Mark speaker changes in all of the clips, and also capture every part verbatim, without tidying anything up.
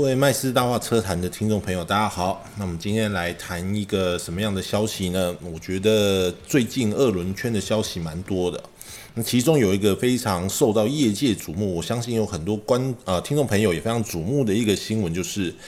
Speaker 1: 位麦斯大话车坛的听众朋友，大家好。那我们今天来谈一个什么样的消息呢？我觉得最近二轮圈的消息蛮多的。那其中有一个非常受到业界瞩目，我相信有很多观呃听众朋友也非常瞩目的一个新闻，就是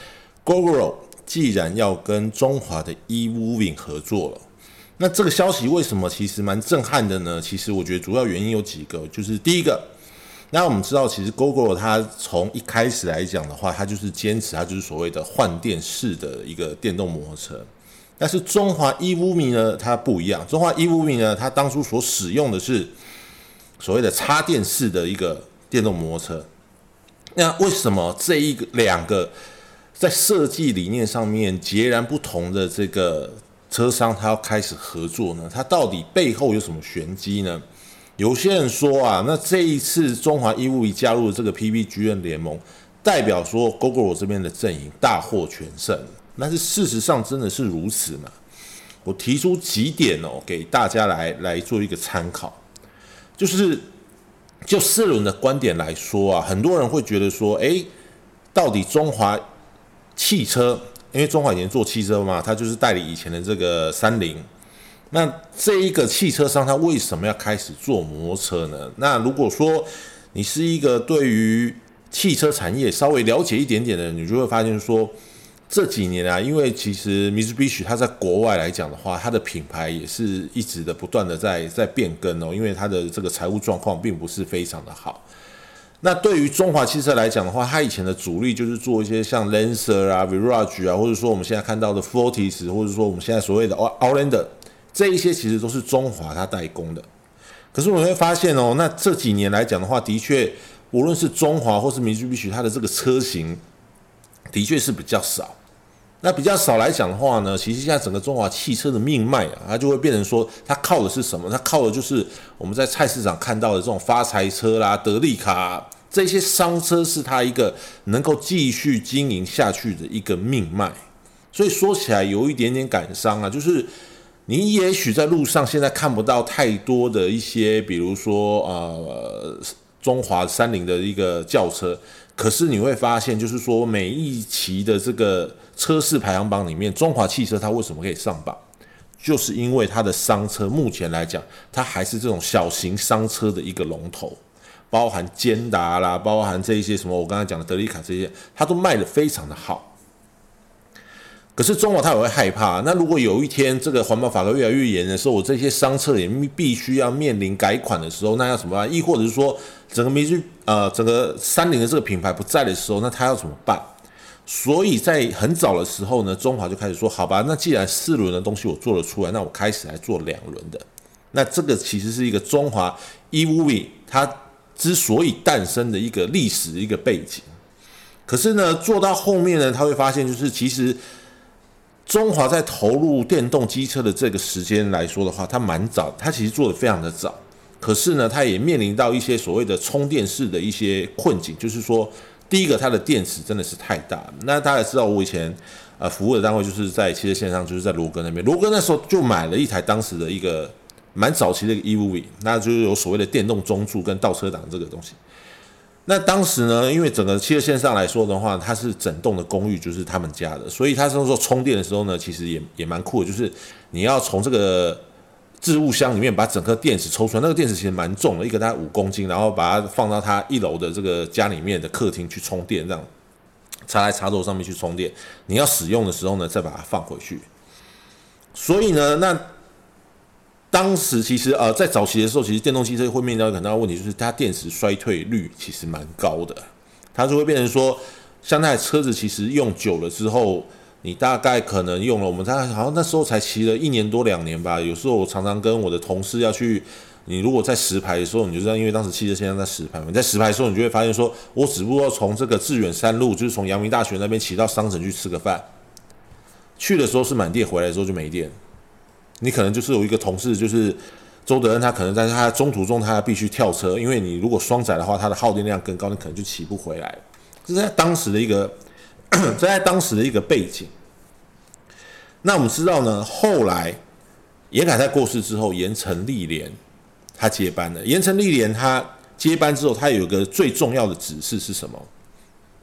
Speaker 1: Gogoro 既然要跟中华的 eMoving 合作了。那这个消息为什么其实蛮震撼的呢？其实我觉得主要原因有几个，就是第一个。那我们知道，其实 Gogoro 它从一开始来讲的话，它就是坚持它就是所谓的换电式的一个电动摩托车。但是中华 eMoving 呢，它不一样。中华 eMoving 呢，它当初所使用的是所谓的插电式的一个电动摩托车。那为什么这一个两个在设计理念上面截然不同的这个车商，它要开始合作呢？它到底背后有什么玄机呢？有些人说啊，那这一次中华 eMoving 加入了这个 P P G N 联盟，代表说 Gogoro 这边的阵营大获全胜。但是事实上真的是如此吗？我提出几点哦，给大家来来做一个参考。就是就四轮的观点来说啊，很多人会觉得说，哎，到底中华汽车，因为中华以前做汽车嘛，它就是代理以前的这个三菱。那这一个汽车商，他为什么要开始做摩托车呢？那如果说你是一个对于汽车产业稍微了解一点点的人，你就会发现说，这几年啊，因为其实 Mitsubishi 它在国外来讲的话，它的品牌也是一直的不断的在在变更哦，因为它的这个财务状况并不是非常的好。那对于中华汽车来讲的话，它以前的主力就是做一些像 Lancer 啊、Virage 啊，或者说我们现在看到的 Fortis， 或者说我们现在所谓的 Outlander。这一些其实都是中华它代工的，可是我们会发现哦，那这几年来讲的话，的确无论是中华或是Mitsubishi，它的这个车型的确是比较少。那比较少来讲的话呢，其实现在整个中华汽车的命脉啊，它就会变成说，它靠的是什么？它靠的就是我们在菜市场看到的这种发财车啦、德利卡啊，这些商车是它一个能够继续经营下去的一个命脉。所以说起来有一点点感伤啊，就是。你也许在路上现在看不到太多的一些，比如说呃中华三菱的一个轿车，可是你会发现，就是说每一期的这个车市排行榜里面，中华汽车它为什么可以上榜？就是因为它的商车目前来讲，它还是这种小型商车的一个龙头，包含坚达啦，包含这一些什么我刚才讲的德利卡这些，它都卖得非常的好。可是中华他也会害怕，那如果有一天这个环保法规越来越严的时候，我这些商车也必须要面临改款的时候，那要怎么办？亦或者是说，整个美剧呃整个三菱的这个品牌不在的时候，那他要怎么办？所以在很早的时候呢，中华就开始说，好吧，那既然四轮的东西我做了出来，那我开始来做两轮的。那这个其实是一个中华 eMoving 它之所以诞生的一个历史的一个背景。可是呢，做到后面呢，他会发现就是其实。中华在投入电动机车的这个时间来说的话，它蛮早，它其实做得非常的早。可是呢，它也面临到一些所谓的充电式的一些困境，就是说，第一个它的电池真的是太大。那大家也知道，我以前呃服务的单位就是在汽车线上，就是在罗根那边。罗根那时候就买了一台当时的一个蛮早期的一个 eMoving， 那就是有所谓的电动中柱跟倒车档这个东西。那当时呢，因为整个汽车线上来说的话，它是整栋的公寓，就是他们家的，所以它那时候充电的时候呢，其实也也蛮酷的，就是你要从这个置物箱里面把整颗电池抽出来，那个电池其实蛮重的，一个大概五公斤，然后把它放到它一楼的这个家里面的客厅去充电，这样插在插座上面去充电。你要使用的时候呢，再把它放回去。所以呢，那当时其实呃，在早期的时候，其实电动汽车会面临到一个很大的问题，就是它电池衰退率其实蛮高的，它就会变成说，像那台车子其实用久了之后，你大概可能用了，我们大概好像那时候才骑了一年多两年吧。有时候我常常跟我的同事要去，你如果在石牌的时候，你就知道，因为当时汽车线上在石牌嘛，你在石牌的时候，你就会发现说，我只不过从这个致远山路，就是从阳明大学那边骑到商城去吃个饭，去的时候是满电，回来的时候就没电。你可能就是有一个同事，就是周德恩，他可能在他中途中他必须跳车，因为你如果双载的话，它的耗电量更高，你可能就骑不回来。这是在当时的一个，这在当时的一个背景。那我们知道呢，后来严凯泰过世之后，严成立连他接班了。严成立连他接班之后，他有一个最重要的指示是什么？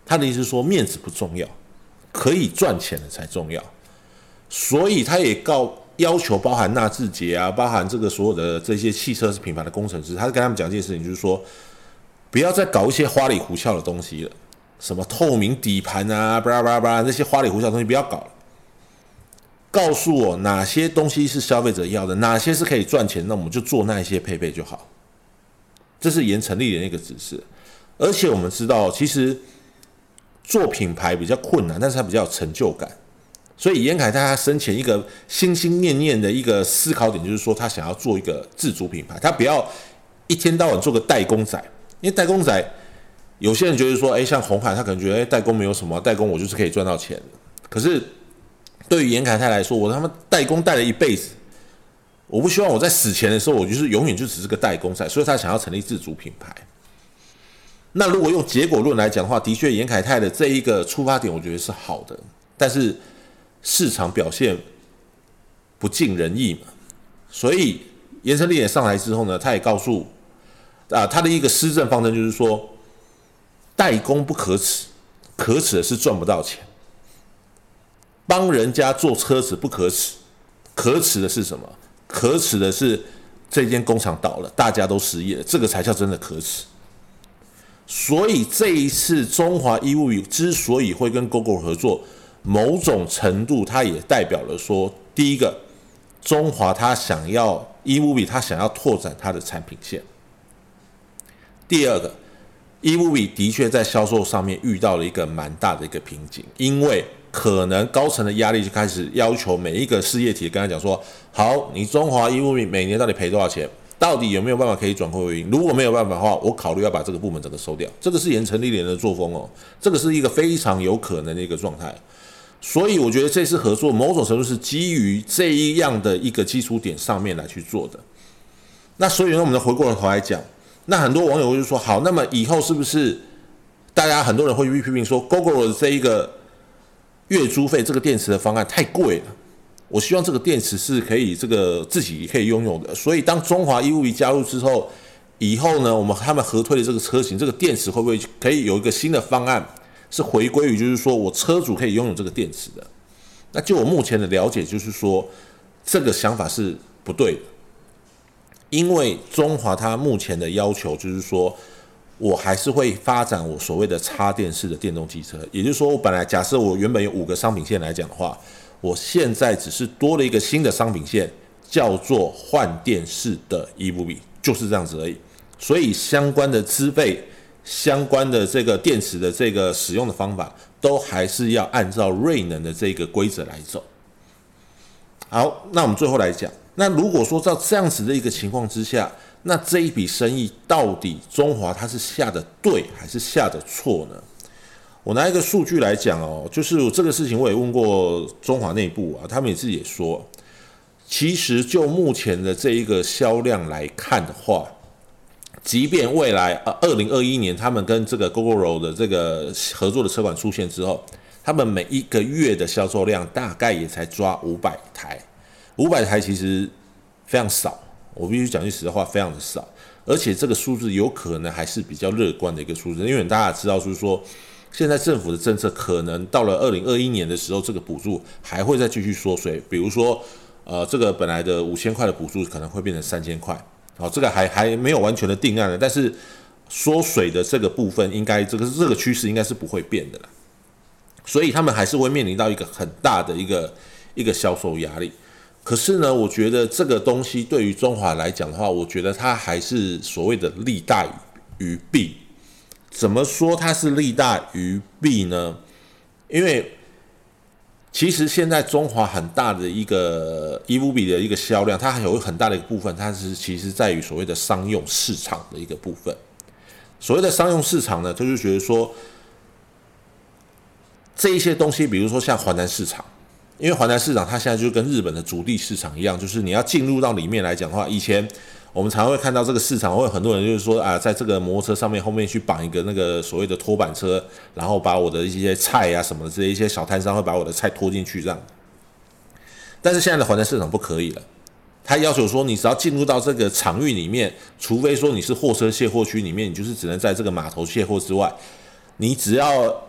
Speaker 1: 他的意思是说面子不重要，可以赚钱的才重要。所以他也告要求包含纳智捷啊，包含这个所有的这些汽车品牌的工程师，他跟他们讲一件事情，就是说不要再搞一些花里胡哨的东西了，什么透明底盘啊，巴拉巴拉巴拉那些花里胡哨的东西不要搞了。告诉我哪些东西是消费者要的，哪些是可以赚钱，那我们就做那一些配备就好。这是严成立的那个指示。而且我们知道，其实做品牌比较困难，但是它比较有成就感。所以严凯泰他生前一个心心念念的一个思考点，就是说他想要做一个自主品牌，他不要一天到晚做个代工仔。因为代工仔，有些人觉得说，哎，像鸿海，他可能觉得，哎，代工没有什么，代工我就是可以赚到钱。可是对于严凯泰来说，我他妈代工代了一辈子，我不希望我在死前的时候，我就是永远就只是个代工仔，所以他想要成立自主品牌。那如果用结果论来讲的话，的确严凯泰的这一个出发点，我觉得是好的，但是市场表现不尽人意嘛，所以严成立也上来之后呢，他也告诉啊，他的一个施政方针就是说，代工不可耻，可耻的是赚不到钱。帮人家做车子不可耻，可耻的是什么？可耻的是这间工厂倒了，大家都失业了，这个才叫真的可耻。所以这一次中华衣物之所以会跟 Gogoro 合作，某种程度它也代表了说，第一个，中华它想要衣物比它想要拓展它的产品线；第二个，衣物比的确在销售上面遇到了一个蛮大的一个瓶颈，因为可能高层的压力就开始要求每一个事业体跟他讲说，好，你中华衣物比每年到底赔多少钱？到底有没有办法可以转亏为盈？如果没有办法的话，我考虑要把这个部门整个收掉。这个是严成立联的作风哦，这个是一个非常有可能的一个状态。所以我觉得这次合作某种程度是基于这一样的一个基础点上面来去做的。那所以呢，我们回过头来讲，那很多网友就说，好，那么以后是不是大家很多人会去批评说 ，Gogoro 的这一个月租费这个电池的方案太贵了？我希望这个电池是可以这个自己可以拥有的，所以当中华衣物比加入之后，以后呢，我们他们合推的这个车型，这个电池会不会可以有一个新的方案，是回归于就是说我车主可以拥有这个电池的？那就我目前的了解，就是说这个想法是不对的，因为中华它目前的要求就是说，我还是会发展我所谓的插电式的电动机车，也就是说，我本来假设我原本有五个商品线来讲的话，我现在只是多了一个新的商品线，叫做换电式的 E V B， 就是这样子而已。所以相关的资费、相关的这个电池的这个使用的方法，都还是要按照瑞能的这个规则来走。好，那我们最后来讲，那如果说在这样子的一个情况之下，那这一笔生意到底中华它是下的对还是下的错呢？我拿一个数据来讲哦，就是这个事情我也问过中华内部啊，他们也自己也说，其实就目前的这一个销量来看的话，即便未来呃二零二一年他们跟这个 Gogoro 的这个合作的车款出现之后，他们每一个月的销售量大概也才抓五百台，五百台其实非常少，我必须讲句实话，非常的少，而且这个数字有可能还是比较乐观的一个数字，因为大家知道就是说，现在政府的政策可能到了二零二一年的时候，这个补助还会再继续缩水，比如说，呃，这个本来的五千块的补助可能会变成三千块，好，这个还还没有完全的定案的，但是缩水的这个部分，应该这个这个趋势应该是不会变的啦，所以他们还是会面临到一个很大的一个一个销售压力。可是呢，我觉得这个东西对于中华来讲的话，我觉得它还是所谓的利大于弊。怎么说它是利大于弊呢？因为其实现在中华很大的一个 E V B 的一个销量，它还有很大的一个部分，它是其实在于所谓的商用市场的一个部分。所谓的商用市场呢，就是觉得说这一些东西，比如说像华南市场，因为华南市场它现在就跟日本的主力市场一样，就是你要进入到里面来讲的话，以前我们常会看到这个市场，会有很多人就是说啊，在这个摩托车上面后面去绑一个那个所谓的拖板车，然后把我的一些菜啊什么的这一些小摊商会把我的菜拖进去这样。但是现在的华南市场不可以了，他要求说你只要进入到这个场域里面，除非说你是货车卸货区里面，你就是只能在这个码头卸货之外，你只要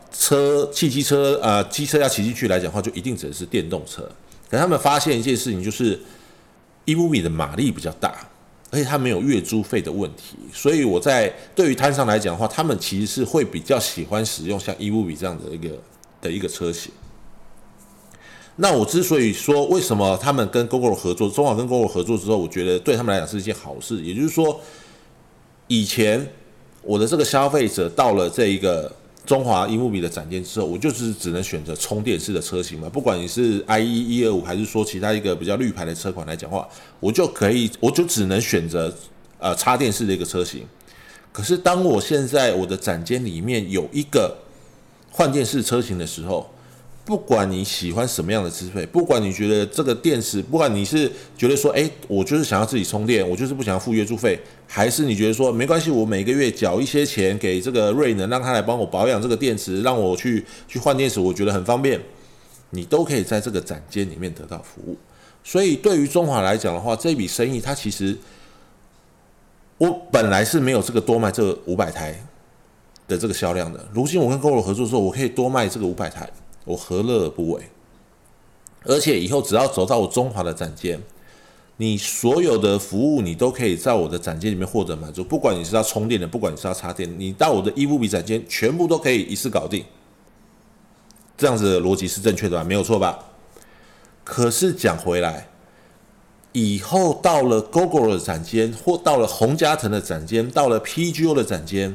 Speaker 1: 车汽机车呃机车要骑进去来讲的话，就一定只能是电动车。可他们发现一件事情，就是 E V B 的马力比较大，而且它没有月租费的问题，所以我在对于摊商来讲的话，他们其实是会比较喜欢使用像 E V B 这样的一个的一个车型。那我之所以说为什么他们跟 Gogoro 合作，中华跟 Gogoro 合作之后，我觉得对他们来讲是一件好事。也就是说，以前我的这个消费者到了这一个中华 E V B 的展间之后，我就是只能选择充电式的车型嘛，不管你是 i 一 一二五还是说其他一个比较绿牌的车款来讲话，我就可以，我就只能选择呃插电式的一个车型。可是当我现在我的展间里面有一个换电式车型的时候，不管你喜欢什么样的资费，不管你觉得这个电池，不管你是觉得说，哎，我就是想要自己充电，我就是不想要付月租费，还是你觉得说没关系，我每个月缴一些钱给这个瑞能，让他来帮我保养这个电池，让我去去换电池，我觉得很方便，你都可以在这个展间里面得到服务。所以对于中华来讲的话，这笔生意它其实我本来是没有这个多卖这五百台的这个销量的，如今我跟 Gogoro 合作之后，我可以多卖这个五百台。我何乐而不为？而且以后只要走到我中华的展间，你所有的服务你都可以在我的展间里面获得满足。不管你是要充电的，不管你是要插电，你到我的 E V B 展间，全部都可以一次搞定。这样子的逻辑是正确的吧？没有错吧？可是讲回来，以后到了 Gogoro 的展间，或到了宏嘉腾的展间，到了 P G O 的展间，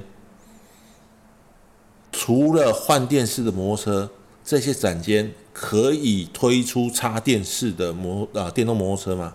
Speaker 1: 除了换电式的摩托车，这些展间可以推出插电式的摩啊电动摩托车吗？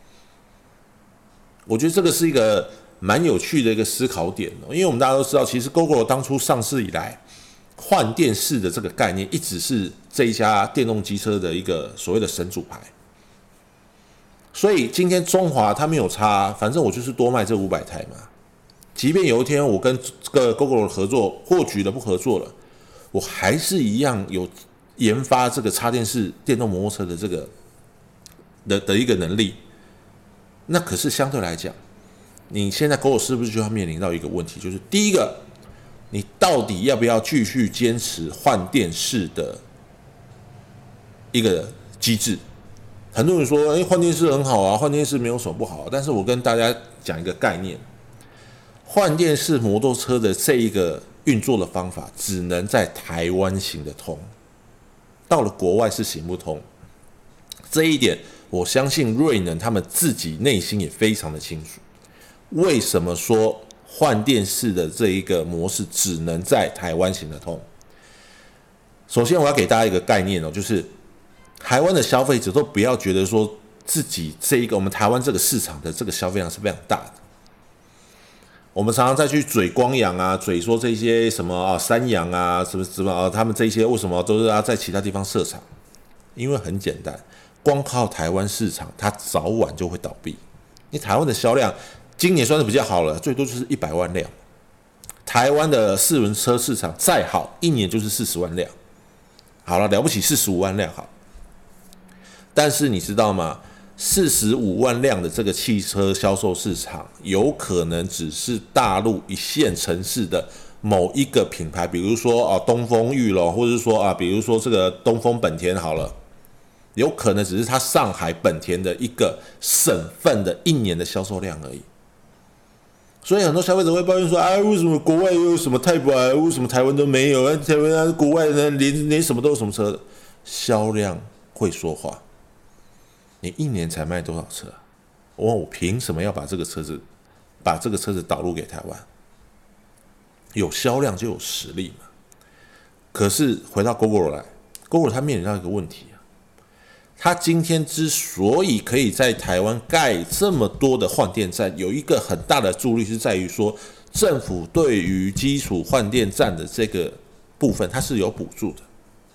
Speaker 1: 我觉得这个是一个蛮有趣的一个思考点哦，因为我们大家都知道，其实 Gogoro 当初上市以来，换电式的这个概念一直是这一家电动机车的一个所谓的神主牌。所以今天中华它没有差，反正我就是多卖这五百台嘛。即便有一天我跟这个 Gogoro 合作，或举了不合作了，我还是一样有研发这个插电式电动摩托车的这个 的, 的一个能力。那可是相对来讲，你现在 Gogoro 是不是就要面临到一个问题，就是第一个，你到底要不要继续坚持换电式的一个机制？很多人说，哎，换电式很好啊，换电式没有什么不好啊。但是我跟大家讲一个概念，换电式摩托车的这一个运作的方法，只能在台湾行得通，到了国外是行不通。这一点，我相信瑞能他们自己内心也非常的清楚。为什么说换电式的这一个模式只能在台湾行得通？首先，我要给大家一个概念哦，就是台湾的消费者都不要觉得说自己这一个我们台湾这个市场的这个消费量是非常大的。我们常常再去嘴光阳啊，嘴说这些什么啊三阳啊，什么什么啊，他们这些为什么都是要在其他地方设厂？因为很简单，光靠台湾市场，它早晚就会倒闭。因为台湾的销量今年算是比较好了，最多就是一百万辆。台湾的四轮车市场再好，一年就是四十万辆。好了，了不起四十五万辆好。但是你知道吗？四十五万辆的这个汽车销售市场，有可能只是大陆一线城市的某一个品牌，比如说啊东风裕隆，或者是说啊，比如说这个东风本田好了，有可能只是它上海本田的一个省份的一年的销售量而已。所以很多消费者会抱怨说，啊，为什么国外有什么 Type 啊，为什么台湾都没有？台湾啊，国外人连连什么都有什么车的，销量会说话。你一年才卖多少车？我我凭什么要把这个车子，把这个车子导入给台湾？有销量就有实力嘛。可是回到 Gogoro 来 ，Gogoro 它面临到一个问题啊，它今天之所以可以在台湾盖这么多的换电站，有一个很大的助力是在于说，政府对于基础换电站的这个部分，它是有补助的。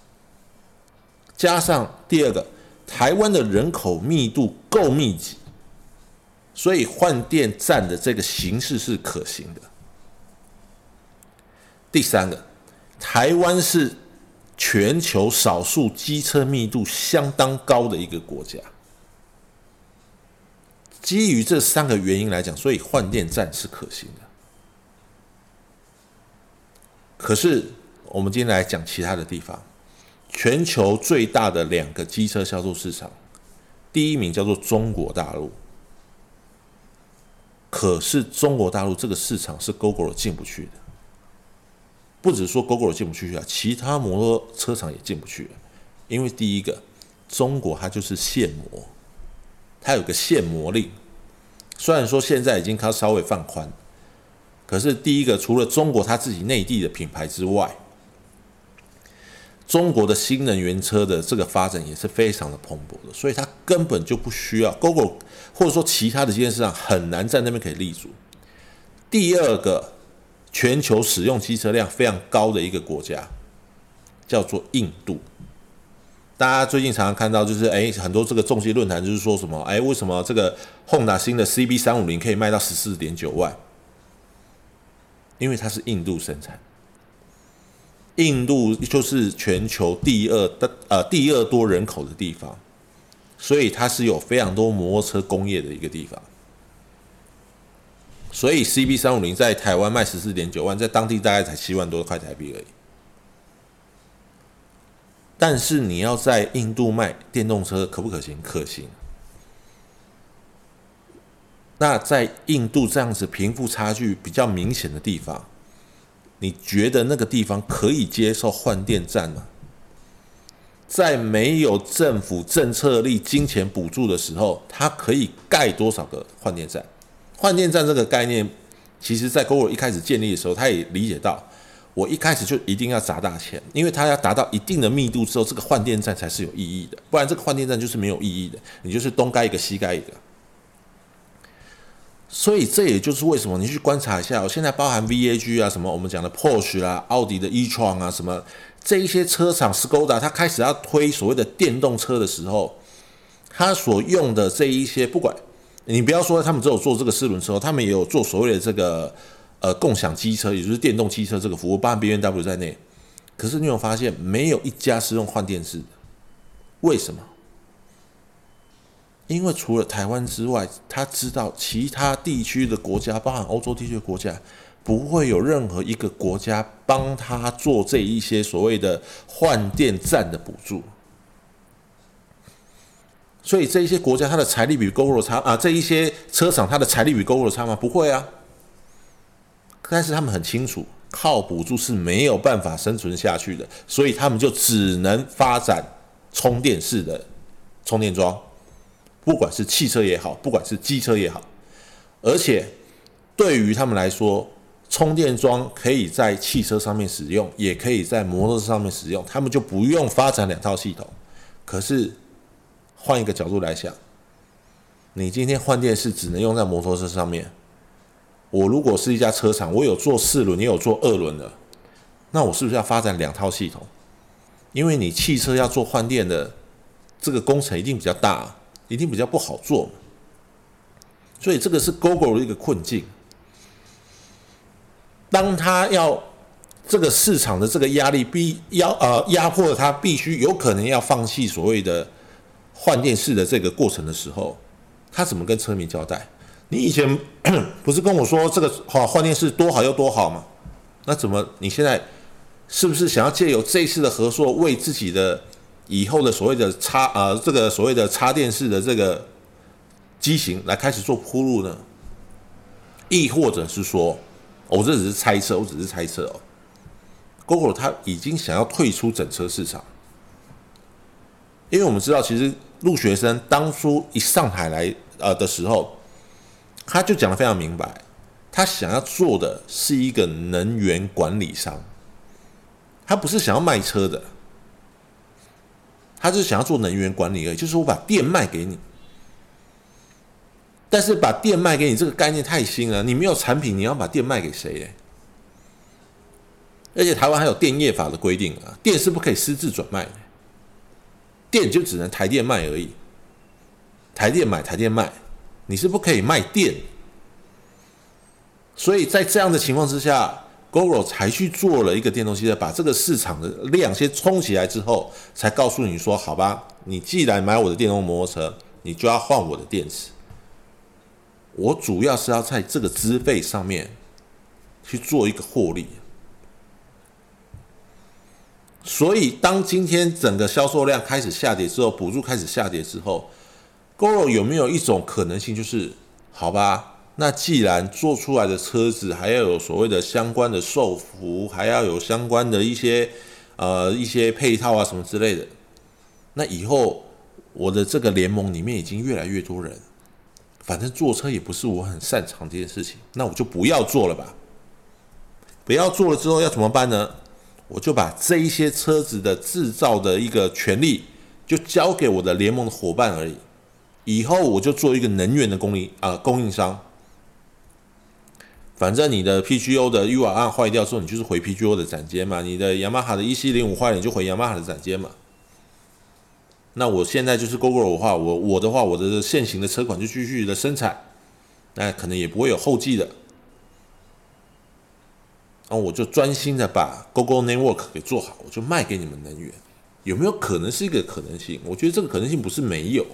Speaker 1: 加上第二个，台湾的人口密度够密集，所以换电站的这个形式是可行的。第三个，台湾是全球少数机车密度相当高的一个国家。基于这三个原因来讲，所以换电站是可行的。可是我们今天来讲其他的地方。全球最大的两个机车销售市场，第一名叫做中国大陆。可是中国大陆这个市场是 Gogoro 进不去的，不只说 Gogoro 进不去啊，其他摩托车厂也进不去。因为第一个，中国它就是限摩，它有个限摩令。虽然说现在已经它稍微放宽，可是第一个，除了中国它自己内地的品牌之外，中国的新能源车的这个发展也是非常的蓬勃的，所以它根本就不需要 Gogoro 或者说其他的机车市场很难在那边可以立足。第二个，全球使用机车量非常高的一个国家叫做印度。大家最近常常看到，就是哎，很多这个重机论坛就是说什么，哎，为什么这个 Honda 新的 C B 三五零 可以卖到 十四点九万？因为它是印度生产。印度就是全球第二的呃第二多人口的地方，所以它是有非常多摩托车工业的一个地方。所以 C B 三五零 在台湾卖 十四点九万，在当地大概才七万多块台币而已。但是你要在印度卖电动车可不可行？可行。那在印度这样子贫富差距比较明显的地方，你觉得那个地方可以接受换电站吗？在没有政府政策力、金钱补助的时候，它可以盖多少个换电站？换电站这个概念，其实在 Gogoro 一开始建立的时候，他也理解到，我一开始就一定要砸大钱，因为它要达到一定的密度之后，这个换电站才是有意义的，不然这个换电站就是没有意义的，你就是东盖一个西盖一个。所以这也就是为什么你去观察一下，现在包含 V A G 啊，什么我们讲的 Porsche 啊、奥迪的 e-tron 啊，什么这一些车厂 Skoda， 它开始要推所谓的电动车的时候，它所用的这一些，不管你不要说他们只有做这个四轮车，他们也有做所谓的这个呃共享机车，也就是电动汽车这个服务，包含 B M W 在内。可是你有发现，没有一家是用换电式的，为什么？因为除了台湾之外，他知道其他地区的国家，包含欧洲地区的国家，不会有任何一个国家帮他做这一些所谓的换电站的补助。所以这一些国家，它的财力比 Gogoro 差啊，这一些车厂它的财力比 Gogoro 差吗？不会啊。但是他们很清楚，靠补助是没有办法生存下去的，所以他们就只能发展充电式的充电桩。不管是汽车也好，不管是机车也好，而且对于他们来说，充电桩可以在汽车上面使用，也可以在摩托车上面使用，他们就不用发展两套系统。可是换一个角度来想，你今天换电是只能用在摩托车上面，我如果是一家车厂，我有做四轮，也有做二轮的，那我是不是要发展两套系统？因为你汽车要做换电的这个工程一定比较大，一定比较不好做，所以这个是 Gogoro 的一个困境。当他要这个市场的这个压力逼压呃压迫他必须有可能要放弃所谓的换电式的这个过程的时候，他怎么跟车迷交代？你以前不是跟我说这个换电式多好又多好吗？那怎么你现在是不是想要借由这一次的合作，为自己的以后的所谓的插呃这个所谓的插电式的这个机型来开始做铺路呢？亦或者是说，我、哦、这只是猜测，我只是猜测哦。Gogoro 他已经想要退出整车市场，因为我们知道，其实陆学生当初一上海来呃的时候，他就讲得非常明白，他想要做的是一个能源管理商，他不是想要卖车的。他就是想要做能源管理而已，就是我把电卖给你，但是把电卖给你这个概念太新了，你没有产品，你要把电卖给谁嘞？而且台湾还有电业法的规定啊，电是不可以私自转卖的，电就只能台电卖而已，台电买台电卖，你是不可以卖电。所以在这样的情况之下，Gogoro 才去做了一个电动汽车，把这个市场的量先冲起来之后，才告诉你说：好吧，你既然买我的电动摩托车，你就要换我的电池。我主要是要在这个资费上面去做一个获利。 所以当今天整个销售量开始下跌之后，补助开始下跌之后 ，Goro 有没有一种可能性，就是好吧？那既然做出来的车子还要有所谓的相关的售服，还要有相关的一些呃一些配套啊什么之类的，那以后我的这个联盟里面已经越来越多人，反正坐车也不是我很擅长这件事情，那我就不要做了吧。不要做了之后要怎么办呢？我就把这一些车子的制造的一个权利就交给我的联盟的伙伴而已。以后我就做一个能源的供应啊、呃、供应商。反正你的 P G O 的 U R 案坏掉之后，你就是回 P G O 的展间嘛。你的雅马哈的 E C 零五坏了，你就回雅马哈的展间嘛。那我现在就是 Gogoro 的话，我我的话，我的现行的车款就继续的生产，那可能也不会有后继的。然后我就专心的把 Gogoro Network 给做好，我就卖给你们能源。有没有可能是一个可能性？我觉得这个可能性不是没有。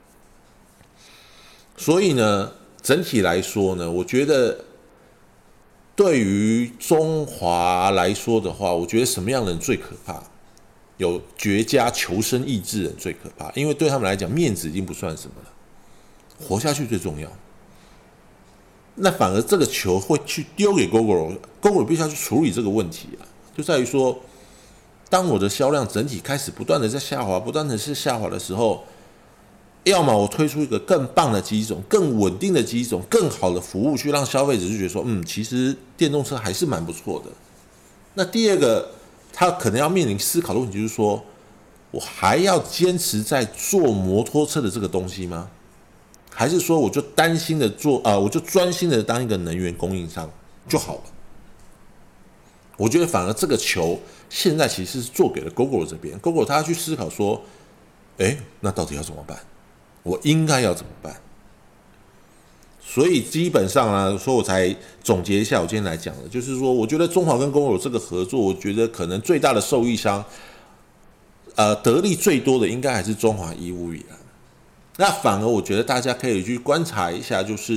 Speaker 1: 所以呢，整体来说呢，我觉得对于中华来说的话，我觉得什么样的人最可怕？有绝佳求生意志的人最可怕，因为对他们来讲，面子已经不算什么了，活下去最重要。那反而这个球会去丢给 Gogoro，Gogoro 必须要去处理这个问题啊，就在于说，当我的销量整体开始不断的在下滑，不断的是下滑的时候，要么我推出一个更棒的机种、更稳定的机种、更好的服务，去让消费者就觉得说，嗯，其实电动车还是蛮不错的。那第二个，他可能要面临思考的问题就是说，我还要坚持在做摩托车的这个东西吗？还是说我就担心的做啊、呃，我就专心的当一个能源供应商就好了？我觉得反而这个球现在其实是做给了 Gogoro 这边 ，Gogoro 他要去思考说，哎，那到底要怎么办？我应该要怎么办？所以基本上呢，说我才总结一下我今天来讲的，就是说，我觉得中华跟 Gogoro 这个合作，我觉得可能最大的受益商，呃，得利最多的应该还是中华衣物以然。那反而我觉得大家可以去观察一下，就是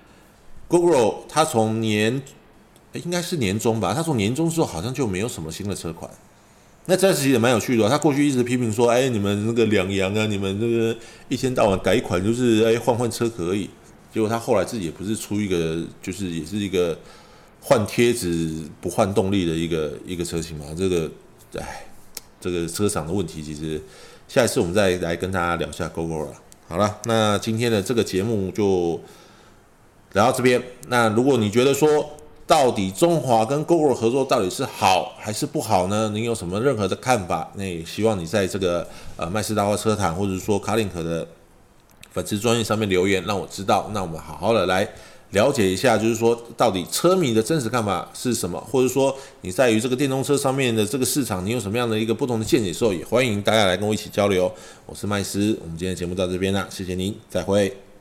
Speaker 1: Gogoro 它从年应该是年中吧，它从年中之后好像就没有什么新的车款。那这其实也蛮有趣的、哦，他过去一直批评说，哎，你们那个两洋啊，你们那个一天到晚改款就是哎换换车可以。结果他后来自己也不是出一个，就是也是一个换贴纸不换动力的一个一个车型嘛。这个哎，这个车厂的问题，其实下一次我们再来跟大家聊一下 Gogoro 了。好了，那今天的这个节目就聊到这边。那如果你觉得说，到底中华跟 Gogoro 合作到底是好还是不好呢？您有什么任何的看法？那也希望你在这个呃麦斯大话车坛或者说卡林克的粉丝专页上面留言，让我知道。那我们好好的来了解一下，就是说到底车迷的真实看法是什么，或者说你在于这个电动车上面的这个市场，你有什么样的一个不同的见解的时候，也欢迎大家来跟我一起交流。我是麦斯，我们今天的节目到这边了，谢谢您，再会。